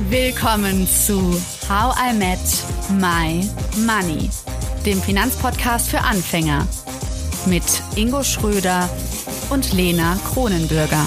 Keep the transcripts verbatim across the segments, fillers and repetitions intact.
Willkommen zu How I Met My Money, dem Finanzpodcast für Anfänger mit Ingo Schröder und Lena Kronenbürger.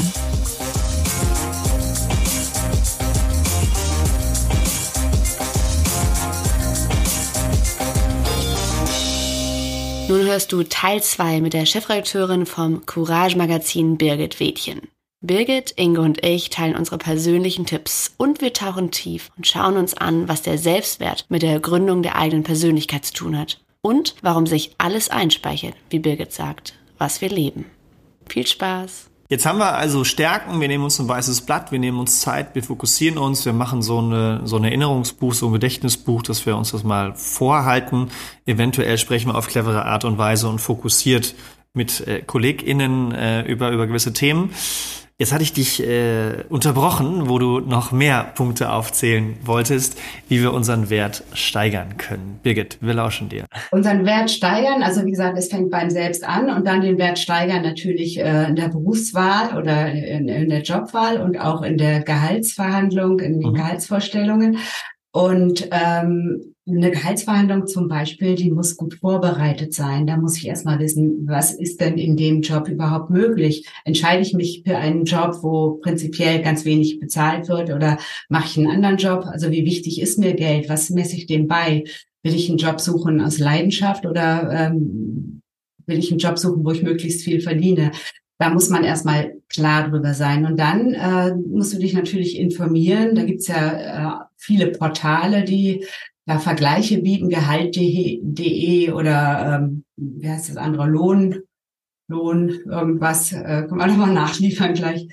Nun hörst du Teil zwei mit der Chefredakteurin vom Courage-Magazin Birgit Wädchen. Birgit, Ingo und ich teilen unsere persönlichen Tipps und wir tauchen tief und schauen uns an, was der Selbstwert mit der Gründung der eigenen Persönlichkeit zu tun hat und warum sich alles einspeichert, wie Birgit sagt, was wir leben. Viel Spaß! Jetzt haben wir also Stärken, wir nehmen uns ein weißes Blatt, wir nehmen uns Zeit, wir fokussieren uns, wir machen so eine so ein Erinnerungsbuch, so ein Gedächtnisbuch, dass wir uns das mal vorhalten. Eventuell sprechen wir auf clevere Art und Weise und fokussiert mit äh, KollegInnen äh, über über gewisse Themen. Jetzt hatte ich dich äh, unterbrochen, wo du noch mehr Punkte aufzählen wolltest, wie wir unseren Wert steigern können. Birgit, wir lauschen dir. Unseren Wert steigern, also wie gesagt, es fängt beim Selbst an und dann den Wert steigern natürlich äh, in der Berufswahl oder in, in der Jobwahl und auch in der Gehaltsverhandlung, in den mhm. Gehaltsvorstellungen. Und ähm, eine Gehaltsverhandlung zum Beispiel, die muss gut vorbereitet sein. Da muss ich erstmal wissen, was ist denn in dem Job überhaupt möglich? Entscheide ich mich für einen Job, wo prinzipiell ganz wenig bezahlt wird, oder mache ich einen anderen Job? Also wie wichtig ist mir Geld? Was messe ich dem bei? Will ich einen Job suchen aus Leidenschaft oder ähm, will ich einen Job suchen, wo ich möglichst viel verdiene? Da muss man erstmal klar drüber sein. Und dann äh, musst du dich natürlich informieren. Da gibt's ja äh, viele Portale, die da Vergleiche bieten, Gehalt punkt de oder ähm, wie heißt das andere, Lohn, Lohn, irgendwas, äh, kann man nochmal nachliefern gleich.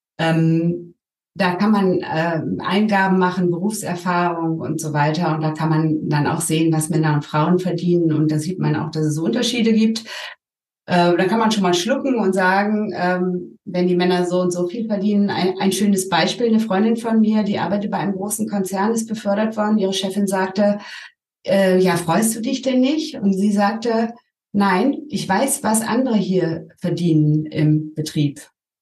Ähm, da kann man äh, Eingaben machen, Berufserfahrung und so weiter. Und da kann man dann auch sehen, was Männer und Frauen verdienen. Und da sieht man auch, dass es so Unterschiede gibt. Äh, da kann man schon mal schlucken und sagen, ähm, wenn die Männer so und so viel verdienen. Ein, ein schönes Beispiel, eine Freundin von mir, die arbeitet bei einem großen Konzern, ist befördert worden. Ihre Chefin sagte, äh, ja, freust du dich denn nicht? Und sie sagte, nein, ich weiß, was andere hier verdienen im Betrieb.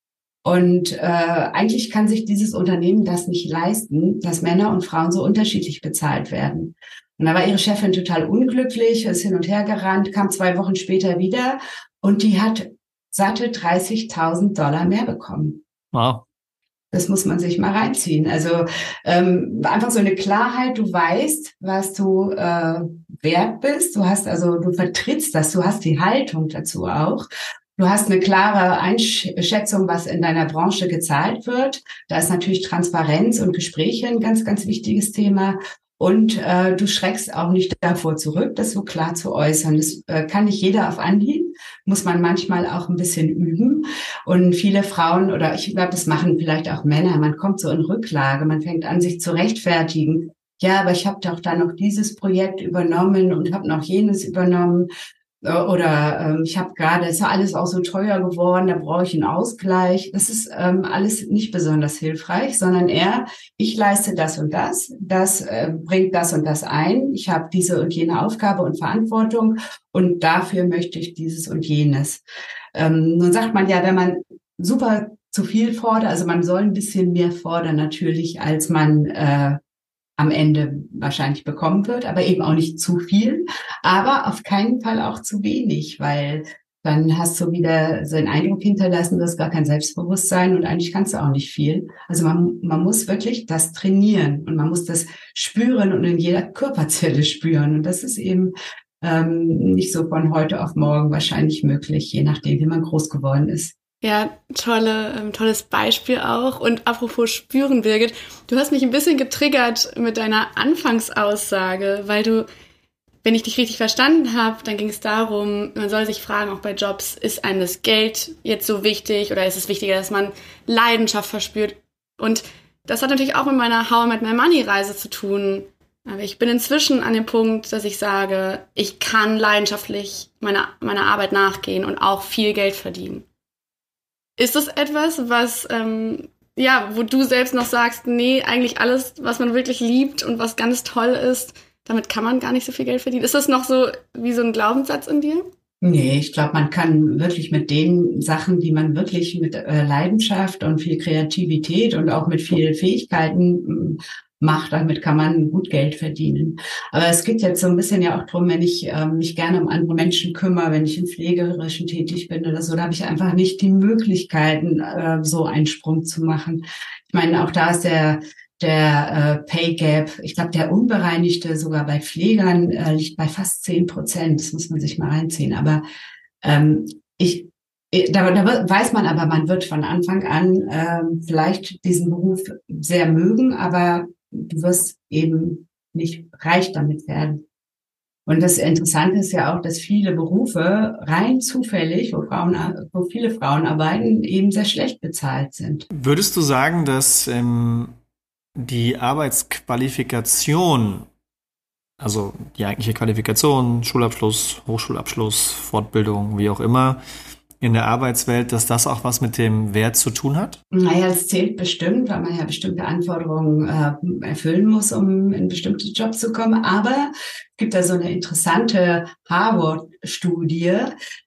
Und äh, eigentlich kann sich dieses Unternehmen das nicht leisten, dass Männer und Frauen so unterschiedlich bezahlt werden. Und da war ihre Chefin total unglücklich, ist hin und her gerannt, kam zwei Wochen später wieder und die hat satte dreißigtausend Dollar mehr bekommen. Wow. Das muss man sich mal reinziehen. Also ähm, einfach so eine Klarheit, du weißt, was du äh, wert bist. Du hast also, du vertrittst das, du hast die Haltung dazu auch. Du hast eine klare Einschätzung, was in deiner Branche gezahlt wird. Da ist natürlich Transparenz und Gespräche ein ganz, ganz wichtiges Thema. Und äh, du schreckst auch nicht davor zurück, das so klar zu äußern. Das äh, kann nicht jeder auf Anhieb, muss man manchmal auch ein bisschen üben. Und viele Frauen, oder ich glaube, das machen vielleicht auch Männer, man kommt so in Rücklage, man fängt an, sich zu rechtfertigen. Ja, aber ich habe doch da noch dieses Projekt übernommen und habe noch jenes übernommen. Oder ähm, ich habe gerade, ist ja alles auch so teuer geworden, da brauche ich einen Ausgleich. Das ist ähm, alles nicht besonders hilfreich, sondern eher, ich leiste das und das, das äh, bringt das und das ein. Ich habe diese und jene Aufgabe und Verantwortung und dafür möchte ich dieses und jenes. Ähm, nun sagt man ja, wenn man super zu viel fordert, also man soll ein bisschen mehr fordern natürlich, als man äh, am Ende wahrscheinlich bekommen wird, aber eben auch nicht zu viel, aber auf keinen Fall auch zu wenig, weil dann hast du wieder so einen Eindruck hinterlassen, du hast gar kein Selbstbewusstsein und eigentlich kannst du auch nicht viel. Also man, man muss wirklich das trainieren und man muss das spüren und in jeder Körperzelle spüren und das ist eben ähm, nicht so von heute auf morgen wahrscheinlich möglich, je nachdem, wie man groß geworden ist. Ja, tolle, ähm, tolles Beispiel auch. Und apropos spüren, Birgit, du hast mich ein bisschen getriggert mit deiner Anfangsaussage, weil du, wenn ich dich richtig verstanden habe, dann ging es darum, man soll sich fragen, auch bei Jobs, ist einem das Geld jetzt so wichtig oder ist es wichtiger, dass man Leidenschaft verspürt? Und das hat natürlich auch mit meiner How I Met My Money Reise zu tun. Aber ich bin inzwischen an dem Punkt, dass ich sage, ich kann leidenschaftlich meiner, meiner Arbeit nachgehen und auch viel Geld verdienen. Ist das etwas, was, ähm, ja, wo du selbst noch sagst, nee, eigentlich alles, was man wirklich liebt und was ganz toll ist, damit kann man gar nicht so viel Geld verdienen? Ist das noch so wie so ein Glaubenssatz in dir? Nee, ich glaube, man kann wirklich mit den Sachen, die man wirklich mit äh, Leidenschaft und viel Kreativität und auch mit viel Fähigkeiten macht, damit kann man gut Geld verdienen. Aber es geht jetzt so ein bisschen ja auch drum, wenn ich ähm, mich gerne um andere Menschen kümmere, wenn ich im Pflegerischen tätig bin oder so, da habe ich einfach nicht die Möglichkeiten, äh, so einen Sprung zu machen. Ich meine, auch da ist der der äh, Pay Gap, ich glaube, der unbereinigte sogar bei Pflegern äh, liegt bei fast zehn Prozent. Das muss man sich mal reinziehen. Aber ähm, ich Da, da weiß man aber, man wird von Anfang an ähm, vielleicht diesen Beruf sehr mögen, aber du wirst eben nicht reich damit werden. Und das Interessante ist ja auch, dass viele Berufe rein zufällig, wo Frauen, wo viele Frauen arbeiten, eben sehr schlecht bezahlt sind. Würdest du sagen, dass ähm, die Arbeitsqualifikation, also die eigentliche Qualifikation, Schulabschluss, Hochschulabschluss, Fortbildung, wie auch immer, in der Arbeitswelt, dass das auch was mit dem Wert zu tun hat? Naja, es zählt bestimmt, weil man ja bestimmte Anforderungen äh, erfüllen muss, um in bestimmte Jobs zu kommen. Aber es gibt da so eine interessante Harvard-Studie,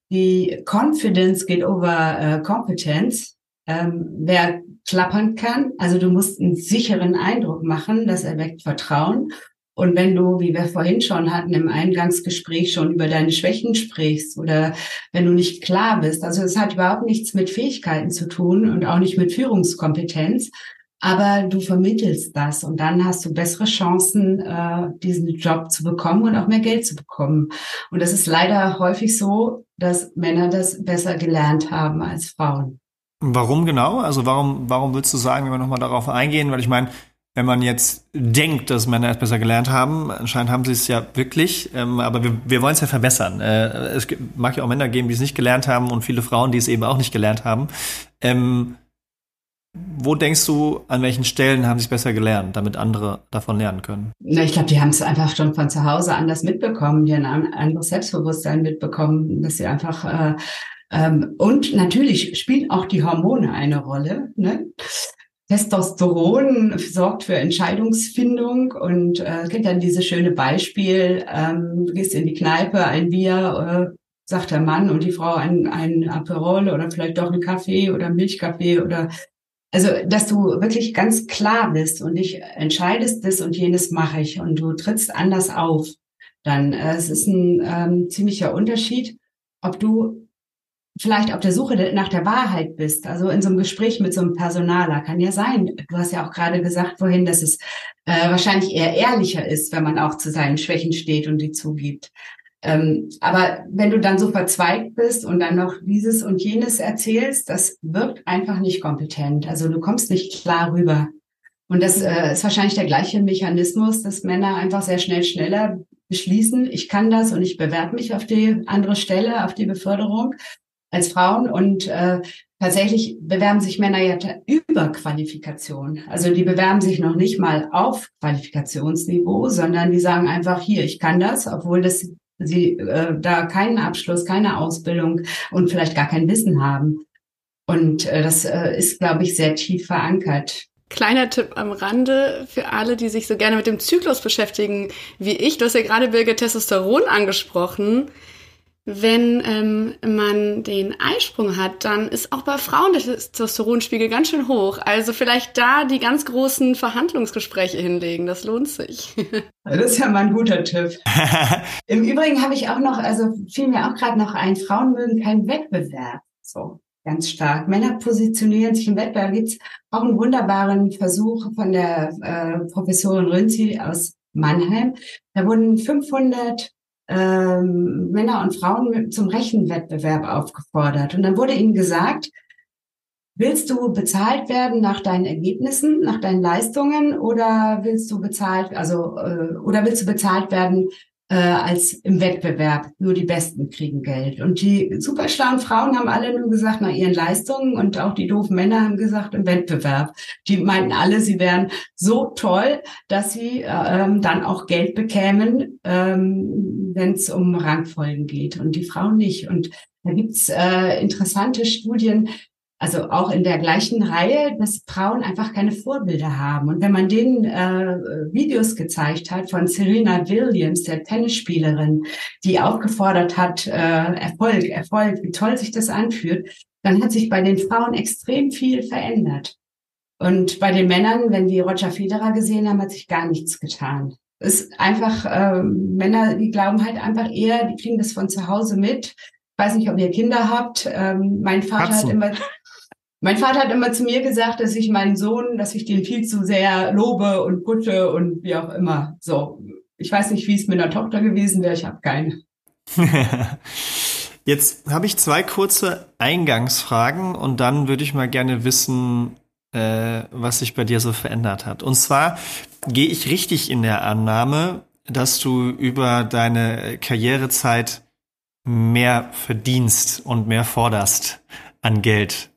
die Confidence geht over äh, Competence. Ähm, wer klappern kann, also du musst einen sicheren Eindruck machen, das erweckt Vertrauen. Und wenn du, wie wir vorhin schon hatten, im Eingangsgespräch schon über deine Schwächen sprichst oder wenn du nicht klar bist, also es hat überhaupt nichts mit Fähigkeiten zu tun und auch nicht mit Führungskompetenz, aber du vermittelst das und dann hast du bessere Chancen, äh, diesen Job zu bekommen und auch mehr Geld zu bekommen. Und das ist leider häufig so, dass Männer das besser gelernt haben als Frauen. Warum genau? Also warum, warum würdest du sagen, wenn wir nochmal darauf eingehen? Weil ich meine, wenn man jetzt denkt, dass Männer es besser gelernt haben, anscheinend haben sie es ja wirklich, ähm, aber wir, wir wollen es ja verbessern. Äh, es gibt, mag ja auch Männer geben, die es nicht gelernt haben und viele Frauen, die es eben auch nicht gelernt haben. Ähm, wo denkst du, an welchen Stellen haben sie es besser gelernt, damit andere davon lernen können? Na, ich glaube, die haben es einfach schon von zu Hause anders mitbekommen, die haben ein anderes Selbstbewusstsein mitbekommen, dass sie einfach äh, ähm, und natürlich spielen auch die Hormone eine Rolle, ne? Testosteron sorgt für Entscheidungsfindung und äh, es gibt dann dieses schöne Beispiel, ähm, du gehst in die Kneipe, ein Bier, äh, sagt der Mann und die Frau ein, ein Aperol oder vielleicht doch ein Kaffee oder Milchkaffee oder also, dass du wirklich ganz klar bist und dich entscheidest, das und jenes mache ich und du trittst anders auf, dann äh, es ist ein ähm, ziemlicher Unterschied, ob du vielleicht auf der Suche nach der Wahrheit bist, also in so einem Gespräch mit so einem Personaler, kann ja sein. Du hast ja auch gerade gesagt vorhin, dass es äh, wahrscheinlich eher ehrlicher ist, wenn man auch zu seinen Schwächen steht und die zugibt. Ähm, aber wenn du dann so verzweigt bist und dann noch dieses und jenes erzählst, das wirkt einfach nicht kompetent. Also du kommst nicht klar rüber. Und das äh, ist wahrscheinlich der gleiche Mechanismus, dass Männer einfach sehr schnell schneller beschließen, ich kann das und ich bewerbe mich auf die andere Stelle, auf die Beförderung als Frauen und äh, tatsächlich bewerben sich Männer ja über Qualifikation. Also die bewerben sich noch nicht mal auf Qualifikationsniveau, sondern die sagen einfach, hier, ich kann das, obwohl das sie äh, da keinen Abschluss, keine Ausbildung und vielleicht gar kein Wissen haben. Und äh, das äh, ist, glaube ich, sehr tief verankert. Kleiner Tipp am Rande für alle, die sich so gerne mit dem Zyklus beschäftigen wie ich. Du hast ja gerade, Birgit, Testosteron angesprochen. Wenn ähm, man den Eisprung hat, dann ist auch bei Frauen der Testosteronspiegel ganz schön hoch. Also vielleicht da die ganz großen Verhandlungsgespräche hinlegen, das lohnt sich. Das ist ja mal ein guter Tipp. Im Übrigen habe ich auch noch, also fiel mir auch gerade noch ein, Frauen mögen keinen Wettbewerb. So, ganz stark. Männer positionieren sich im Wettbewerb. Gibt es auch einen wunderbaren Versuch von der äh, Professorin Rünzi aus Mannheim. Da wurden fünfhundert Ähm, Männer und Frauen zum Rechenwettbewerb aufgefordert. Und dann wurde ihnen gesagt, willst du bezahlt werden nach deinen Ergebnissen, nach deinen Leistungen oder willst du bezahlt, also äh, oder willst du bezahlt werden äh, als im Wettbewerb? Nur die Besten kriegen Geld. Und die super schlauen Frauen haben alle nur gesagt nach ihren Leistungen und auch die doofen Männer haben gesagt im Wettbewerb. Die meinten alle, sie wären so toll, dass sie ähm, dann auch Geld bekämen, ähm, wenn es um Rangfolgen geht und die Frauen nicht. Und da gibt's äh, interessante Studien, also auch in der gleichen Reihe, dass Frauen einfach keine Vorbilder haben. Und wenn man denen äh, Videos gezeigt hat von Serena Williams, der Tennisspielerin, die aufgefordert hat, äh, Erfolg, Erfolg, wie toll sich das anfühlt, dann hat sich bei den Frauen extrem viel verändert. Und bei den Männern, wenn die Roger Federer gesehen haben, hat sich gar nichts getan. Es ist einfach, äh, Männer, die glauben halt einfach eher, die kriegen das von zu Hause mit. Ich weiß nicht, ob ihr Kinder habt. Ähm, mein Vater Katzen. hat immer... Mein Vater hat immer zu mir gesagt, dass ich meinen Sohn, dass ich den viel zu sehr lobe und putte und wie auch immer. So, ich weiß nicht, wie es mit einer Tochter gewesen wäre. Ich habe keine. Jetzt habe ich zwei kurze Eingangsfragen und dann würde ich mal gerne wissen, äh, was sich bei dir so verändert hat. Und zwar gehe ich richtig in der Annahme, dass du über deine Karrierezeit mehr verdienst und mehr forderst an Geld.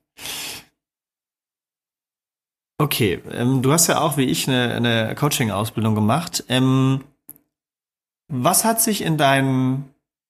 Okay, ähm, du hast ja auch wie ich eine, eine Coaching-Ausbildung gemacht. Ähm, was hat sich in deinem,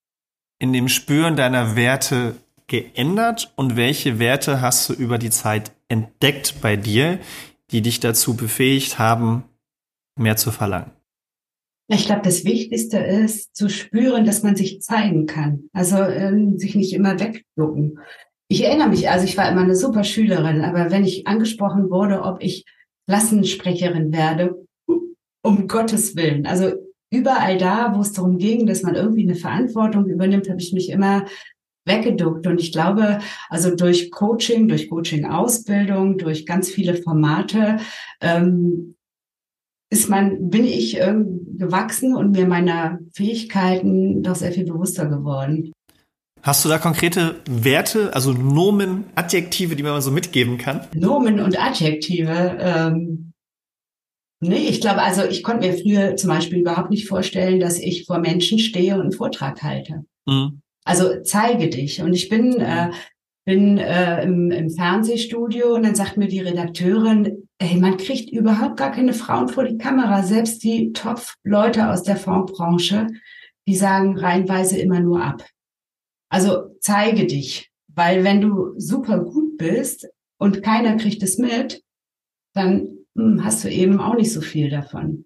in dem Spüren deiner Werte geändert und welche Werte hast du über die Zeit entdeckt bei dir, die dich dazu befähigt haben, mehr zu verlangen? Ich glaube, das Wichtigste ist zu spüren, dass man sich zeigen kann. Also ähm, sich nicht immer wegducken. Ich erinnere mich, also ich war immer eine super Schülerin, aber wenn ich angesprochen wurde, ob ich Klassensprecherin werde, um Gottes Willen, also überall da, wo es darum ging, dass man irgendwie eine Verantwortung übernimmt, habe ich mich immer weggeduckt. Und ich glaube, also durch Coaching, durch Coaching-Ausbildung, durch ganz viele Formate, ähm, ist man, bin ich ähm, gewachsen und mir meiner Fähigkeiten doch sehr viel bewusster geworden. Hast du da konkrete Werte, also Nomen, Adjektive, die man mal so mitgeben kann? Nomen und Adjektive, ähm, nee, ich glaube, also ich konnte mir früher zum Beispiel überhaupt nicht vorstellen, dass ich vor Menschen stehe und einen Vortrag halte. Mhm. Also zeige dich. Und ich bin, äh, bin äh, im, im Fernsehstudio und dann sagt mir die Redakteurin, ey, man kriegt überhaupt gar keine Frauen vor die Kamera. Selbst die Top-Leute aus der Fondsbranche, die sagen reihenweise immer nur ab. Also zeige dich, weil wenn du super gut bist und keiner kriegt es mit, dann hm, hast du eben auch nicht so viel davon.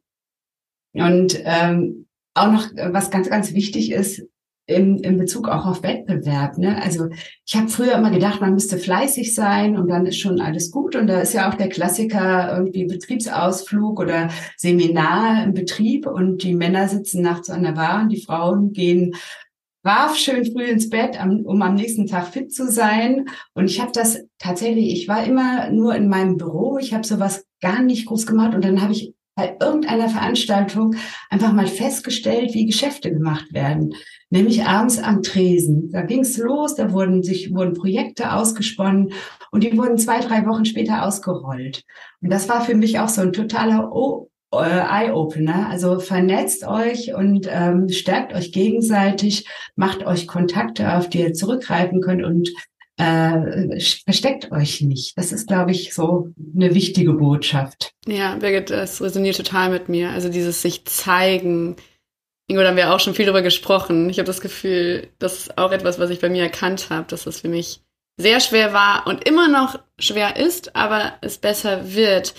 Und ähm, auch noch, was ganz, ganz wichtig ist, im, im Bezug auch auf Wettbewerb. Ne? Also ich habe früher immer gedacht, man müsste fleißig sein und dann ist schon alles gut. Und da ist ja auch der Klassiker irgendwie Betriebsausflug oder Seminar im Betrieb und die Männer sitzen nachts an der Bar und die Frauen gehen brav schön früh ins Bett, um am nächsten Tag fit zu sein. Und ich habe das tatsächlich, ich war immer nur in meinem Büro, ich habe sowas gar nicht groß gemacht. Und dann habe ich bei irgendeiner Veranstaltung einfach mal festgestellt, wie Geschäfte gemacht werden. Nämlich abends am Tresen. Da ging's los, da wurden sich wurden Projekte ausgesponnen und die wurden zwei, drei Wochen später ausgerollt. Und das war für mich auch so ein totaler Oh, Eye-Opener. Also vernetzt euch und ähm, stärkt euch gegenseitig, macht euch Kontakte, auf die ihr zurückgreifen könnt und äh, versteckt euch nicht. Das ist, glaube ich, so eine wichtige Botschaft. Ja, Birgit, das resoniert total mit mir. Also dieses sich zeigen. Ingo, da haben wir auch schon viel drüber gesprochen. Ich habe das Gefühl, das ist auch etwas, was ich bei mir erkannt habe, dass das für mich sehr schwer war und immer noch schwer ist, aber es besser wird.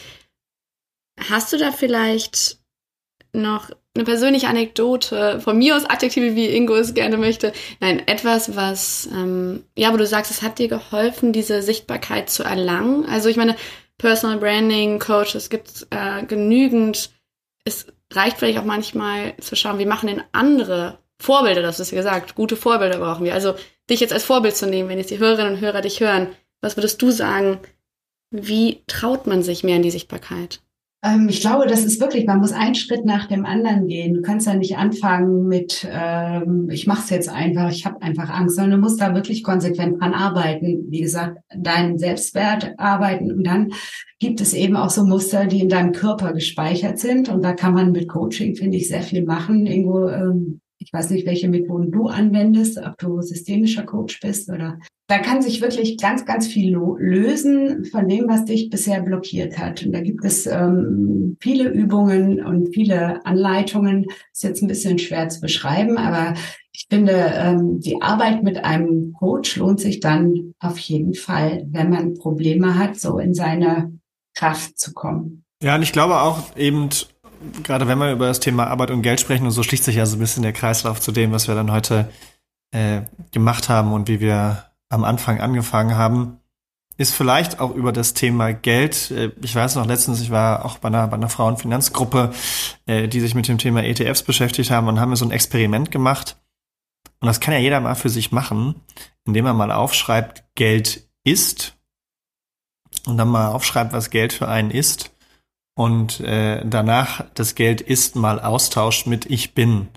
Hast du da vielleicht noch eine persönliche Anekdote, von mir aus Adjektive, wie Ingo es gerne möchte? Nein, etwas, was, ähm, ja, wo du sagst, es hat dir geholfen, diese Sichtbarkeit zu erlangen. Also ich meine, Personal Branding, Coach, es gibt äh, genügend. Es reicht vielleicht auch manchmal zu schauen, wie machen denn andere Vorbilder, das ist ja gesagt, gute Vorbilder brauchen wir. Also dich jetzt als Vorbild zu nehmen, wenn jetzt die Hörerinnen und Hörer dich hören, was würdest du sagen, wie traut man sich mehr in die Sichtbarkeit? Ich glaube, das ist wirklich, man muss einen Schritt nach dem anderen gehen. Du kannst ja nicht anfangen mit, ähm, ich mache es jetzt einfach, ich habe einfach Angst, sondern du musst da wirklich konsequent dran arbeiten. Wie gesagt, deinen Selbstwert arbeiten. Und dann gibt es eben auch so Muster, die in deinem Körper gespeichert sind. Und da kann man mit Coaching, finde ich, sehr viel machen. Irgendwo, ähm, ich weiß nicht, welche Methoden du anwendest, ob du systemischer Coach bist oder. Da kann sich wirklich ganz, ganz viel lo- lösen von dem, was dich bisher blockiert hat. Und da gibt es ähm, viele Übungen und viele Anleitungen. Ist jetzt ein bisschen schwer zu beschreiben, aber Ich finde, ähm, die Arbeit mit einem Coach lohnt sich dann auf jeden Fall, wenn man Probleme hat, so in seine Kraft zu kommen. Ja, und ich glaube auch eben, gerade wenn wir über das Thema Arbeit und Geld sprechen, und so schließt sich ja so ein bisschen der Kreislauf zu dem, was wir dann heute äh, gemacht haben und wie wir am Anfang angefangen haben, ist vielleicht auch über das Thema Geld. Äh, ich weiß noch letztens, ich war auch bei einer, bei einer Frauenfinanzgruppe, äh, die sich mit dem Thema E T Fs beschäftigt haben und haben wir so ein Experiment gemacht. Und das kann ja jeder mal für sich machen, indem er mal aufschreibt, Geld ist, und dann mal aufschreibt, was Geld für einen ist, und äh, danach das Geld ist mal austauscht mit ich bin.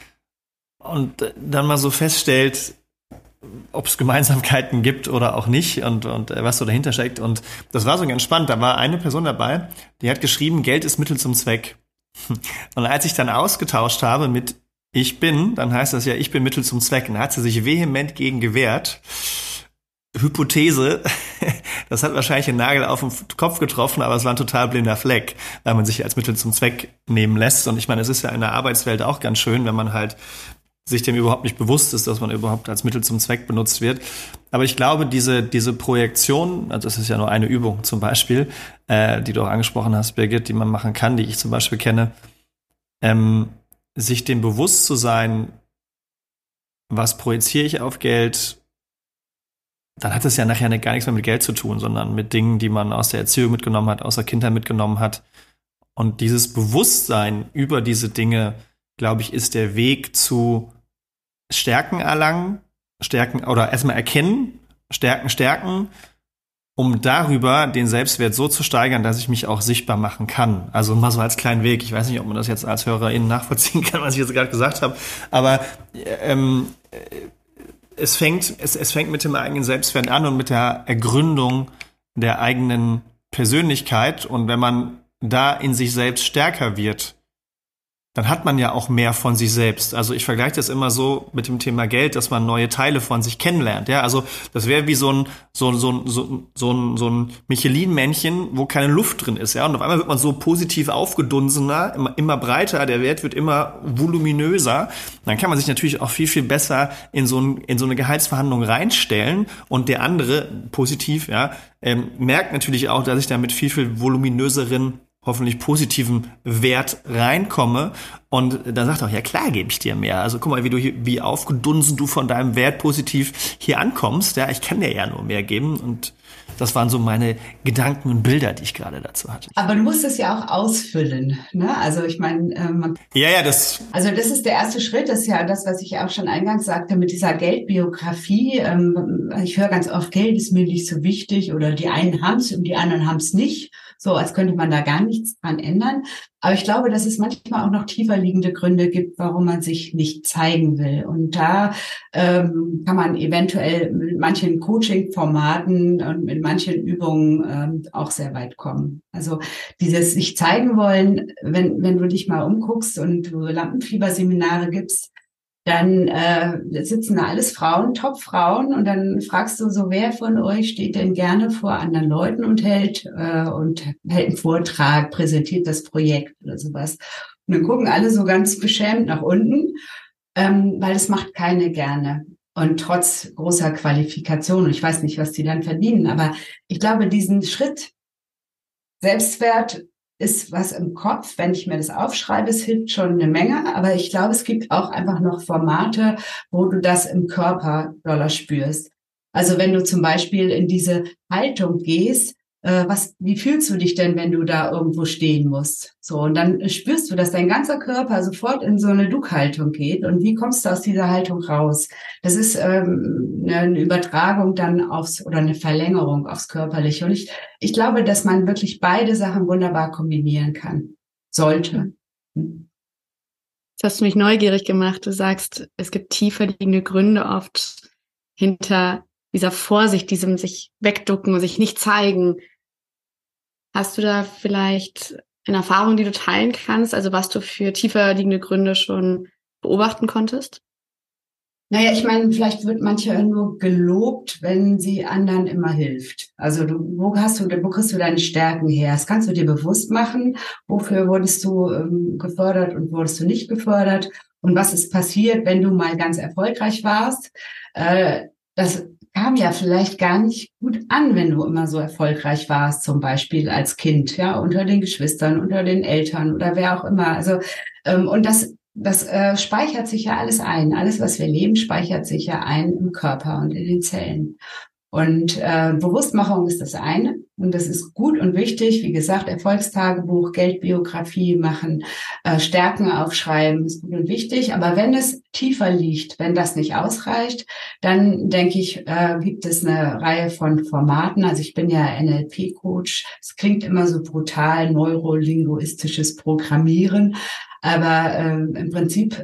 Und äh, dann mal so feststellt, ob es Gemeinsamkeiten gibt oder auch nicht, und, und äh, was so dahinter steckt. Und das war so ganz spannend. Da war eine Person dabei, die hat geschrieben, Geld ist Mittel zum Zweck. Und als ich dann ausgetauscht habe mit ich bin, dann heißt das ja, ich bin Mittel zum Zweck. Und da hat sie sich vehement gegen gewehrt. Hypothese, das hat wahrscheinlich einen Nagel auf den Kopf getroffen, aber es war ein total blinder Fleck, weil man sich als Mittel zum Zweck nehmen lässt. Und ich meine, es ist ja in der Arbeitswelt auch ganz schön, wenn man halt sich dem überhaupt nicht bewusst ist, dass man überhaupt als Mittel zum Zweck benutzt wird. Aber ich glaube, diese diese Projektion, also das ist ja nur eine Übung zum Beispiel, äh, die du auch angesprochen hast, Birgit, die man machen kann, die ich zum Beispiel kenne, ähm, sich dem bewusst zu sein, was projiziere ich auf Geld, dann hat es ja nachher gar nichts mehr mit Geld zu tun, sondern mit Dingen, die man aus der Erziehung mitgenommen hat, aus der Kindheit mitgenommen hat. Und dieses Bewusstsein über diese Dinge, glaube ich, ist der Weg zu Stärken erlangen, Stärken oder erstmal erkennen, Stärken stärken, um darüber den Selbstwert so zu steigern, dass ich mich auch sichtbar machen kann. Also mal so als kleinen Weg. Ich weiß nicht, ob man das jetzt als HörerInnen nachvollziehen kann, was ich jetzt gerade gesagt habe. Aber ähm, es fängt, es, es fängt mit dem eigenen Selbstwert an und mit der Ergründung der eigenen Persönlichkeit. Und wenn man da in sich selbst stärker wird, dann hat man ja auch mehr von sich selbst. Also ich vergleiche das immer so mit dem Thema Geld, dass man neue Teile von sich kennenlernt. Ja, also das wäre wie so ein so so so so ein so ein Michelin-Männchen, wo keine Luft drin ist. Ja, und auf einmal wird man so positiv aufgedunsener, immer immer breiter. Der Wert wird immer voluminöser. Dann kann man sich natürlich auch viel viel besser in so ein in so eine Gehaltsverhandlung reinstellen. Und der andere positiv, ja, ähm, merkt natürlich auch, dass ich da mit viel viel voluminöseren, hoffentlich positiven Wert reinkomme, und dann sagt er auch, ja klar, gebe ich dir mehr. Also guck mal, wie du hier, wie aufgedunsen du von deinem Wert positiv hier ankommst. Ja, ich kann dir ja nur mehr geben. Und das waren so meine Gedanken und Bilder, die ich gerade dazu hatte. Aber du musst es ja auch ausfüllen, ne? Also ich meine, ähm, ja, ja, das. Also das ist der erste Schritt. Das ist ja das, was ich auch schon eingangs sagte mit dieser Geldbiografie. Ähm, ich höre ganz oft, Geld ist mir nicht so wichtig, oder die einen haben es und die anderen haben es nicht. So, als könnte man da gar nichts dran ändern. Aber ich glaube, dass es manchmal auch noch tiefer liegende Gründe gibt, warum man sich nicht zeigen will. Und da ähm, kann man eventuell mit manchen Coaching-Formaten und mit manchen Übungen ähm, auch sehr weit kommen. Also dieses sich zeigen wollen, wenn wenn du dich mal umguckst und du Lampenfieberseminare gibst, dann äh, sitzen da alles Frauen, Top-Frauen, und dann fragst du so, wer von euch steht denn gerne vor anderen Leuten und hält äh, und hält einen Vortrag, präsentiert das Projekt oder sowas. Und dann gucken alle so ganz beschämt nach unten, ähm, weil das macht keine gerne. Und trotz großer Qualifikation, und ich weiß nicht, was die dann verdienen, aber ich glaube, diesen Schritt Selbstwert ist was im Kopf, wenn ich mir das aufschreibe, es hilft schon eine Menge, aber ich glaube, es gibt auch einfach noch Formate, wo du das im Körper doller spürst. Also wenn du zum Beispiel in diese Haltung gehst, äh, was, wie fühlst du dich denn, wenn du da irgendwo stehen musst? So, und dann spürst du, dass dein ganzer Körper sofort in so eine Duckhaltung geht. Und wie kommst du aus dieser Haltung raus? Das ist ähm, eine Übertragung dann aufs, oder eine Verlängerung aufs Körperliche. Und ich, ich glaube, dass man wirklich beide Sachen wunderbar kombinieren kann. Sollte. Hm. Das hast du mich neugierig gemacht. Du sagst, es gibt tiefer liegende Gründe oft hinter dieser Vorsicht, diesem sich wegducken und sich nicht zeigen. Hast du da vielleicht eine Erfahrung, die du teilen kannst? Also was du für tiefer liegende Gründe schon beobachten konntest? Naja, ich meine, vielleicht wird manche nur gelobt, wenn sie anderen immer hilft. Also du, wo hast du, wo kriegst du deine Stärken her? Das kannst du dir bewusst machen. Wofür wurdest du ähm, gefördert und wurdest du nicht gefördert? und was ist passiert, wenn du mal ganz erfolgreich warst. Äh, das kam ja vielleicht gar nicht gut an, wenn du immer so erfolgreich warst, zum Beispiel als Kind, ja, unter den Geschwistern, unter den Eltern oder wer auch immer. Also ähm, und das das äh, speichert sich ja alles ein. Alles, was wir leben, speichert sich ja ein im Körper und in den Zellen. Und äh, Bewusstmachung ist das eine und das ist gut und wichtig. Wie gesagt, Erfolgstagebuch, Geldbiografie machen, äh, Stärken aufschreiben ist gut und wichtig. Aber wenn es tiefer liegt, wenn das nicht ausreicht, dann denke ich, äh, gibt es eine Reihe von Formaten. Also ich bin ja N L P-Coach. Es klingt immer so brutal, neurolinguistisches Programmieren. Aber ähm, im Prinzip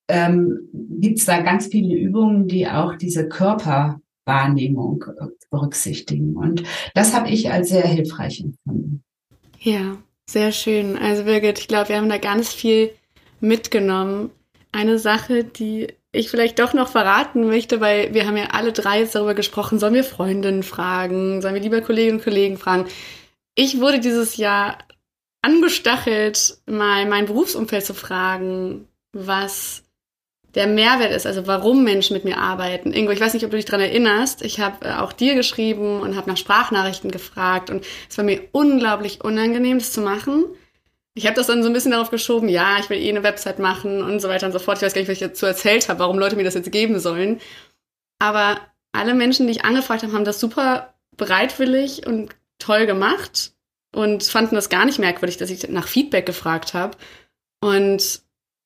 ähm, gibt es da ganz viele Übungen, die auch diese Körper Wahrnehmung berücksichtigen. Und das habe ich als sehr hilfreich empfunden. Ja, sehr schön. Also Birgit, ich glaube, wir haben da ganz viel mitgenommen. Eine Sache, die ich vielleicht doch noch verraten möchte, weil wir haben ja alle drei jetzt darüber gesprochen, sollen wir Freundinnen fragen, sollen wir lieber Kolleginnen und Kollegen fragen. Ich wurde dieses Jahr angestachelt, mal mein Berufsumfeld zu fragen, was der Mehrwert ist, also warum Menschen mit mir arbeiten. Ingo, ich weiß nicht, ob du dich daran erinnerst, ich habe auch dir geschrieben und habe nach Sprachnachrichten gefragt und es war mir unglaublich unangenehm, das zu machen. Ich habe das dann so ein bisschen darauf geschoben, ja, ich will eh eine Website machen und so weiter und so fort. Ich weiß gar nicht, was ich dazu erzählt habe, warum Leute mir das jetzt geben sollen. Aber alle Menschen, die ich angefragt habe, haben das super bereitwillig und toll gemacht und fanden das gar nicht merkwürdig, dass ich nach Feedback gefragt habe. Und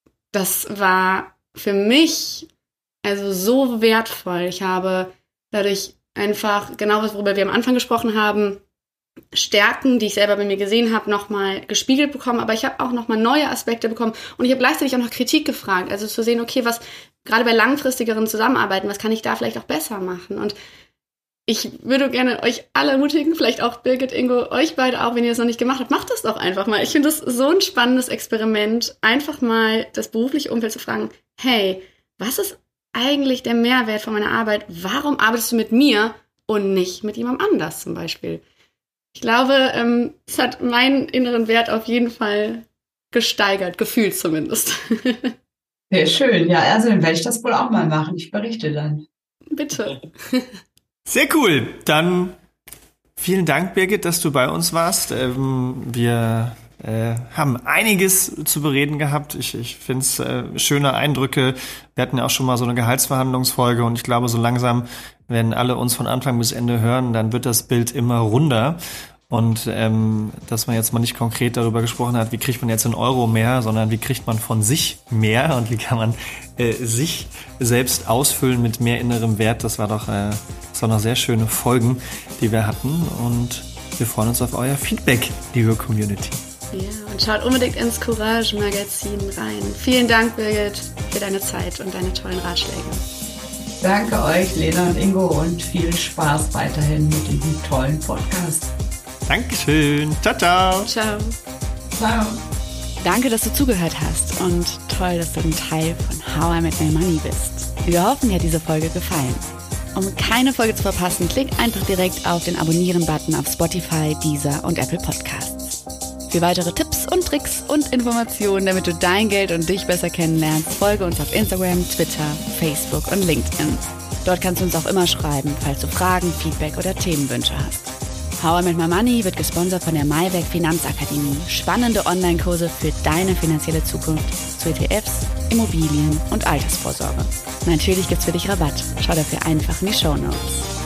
das war für mich also so wertvoll. Ich habe dadurch einfach, genau worüber wir am Anfang gesprochen haben, Stärken, die ich selber bei mir gesehen habe, nochmal gespiegelt bekommen, aber ich habe auch nochmal neue Aspekte bekommen und ich habe gleichzeitig auch noch Kritik gefragt, also zu sehen, okay, was gerade bei langfristigeren Zusammenarbeiten, was kann ich da vielleicht auch besser machen? Und ich würde gerne euch alle ermutigen, vielleicht auch Birgit, Ingo, euch beide auch, wenn ihr das noch nicht gemacht habt, macht das doch einfach mal. Ich finde das so ein spannendes Experiment, einfach mal das berufliche Umfeld zu fragen, hey, was ist eigentlich der Mehrwert von meiner Arbeit? Warum arbeitest du mit mir und nicht mit jemandem anders zum Beispiel? Ich glaube, ähm, es hat meinen inneren Wert auf jeden Fall gesteigert, gefühlt zumindest. Sehr schön, ja, also dann werde ich das wohl auch mal machen. Ich berichte dann. Bitte. Sehr cool. Dann vielen Dank, Birgit, dass du bei uns warst. Ähm, wir äh, haben einiges zu bereden gehabt. Ich, ich finde es äh, schöne Eindrücke. Wir hatten ja auch schon mal so eine Gehaltsverhandlungsfolge und ich glaube, so langsam, wenn alle uns von Anfang bis Ende hören, dann wird das Bild immer runder. Und ähm, dass man jetzt mal nicht konkret darüber gesprochen hat, wie kriegt man jetzt in Euro mehr, sondern wie kriegt man von sich mehr und wie kann man äh, sich selbst ausfüllen mit mehr innerem Wert. Das war doch, äh, das waren noch sehr schöne Folgen, die wir hatten und wir freuen uns auf euer Feedback, liebe Community. Ja, und schaut unbedingt ins Courage-Magazin rein. Vielen Dank, Birgit, für deine Zeit und deine tollen Ratschläge. Danke euch, Lena und Ingo, und viel Spaß weiterhin mit diesem tollen Podcast. Dankeschön. Ciao, ciao. Ciao. Ciao. Danke, dass du zugehört hast und toll, dass du ein Teil von How I Met My Money bist. Wir hoffen, dir hat diese Folge gefallen. Um keine Folge zu verpassen, klick einfach direkt auf den Abonnieren-Button auf Spotify, Deezer und Apple Podcasts. Für weitere Tipps und Tricks und Informationen, damit du dein Geld und dich besser kennenlernst, folge uns auf Instagram, Twitter, Facebook und LinkedIn. Dort kannst du uns auch immer schreiben, falls du Fragen, Feedback oder Themenwünsche hast. How I Met My Money wird gesponsert von der Maiwerk Finanzakademie. Spannende Online-Kurse für deine finanzielle Zukunft zu E T Fs, Immobilien und Altersvorsorge. Natürlich gibt's für dich Rabatt. Schau dafür einfach in die Shownotes.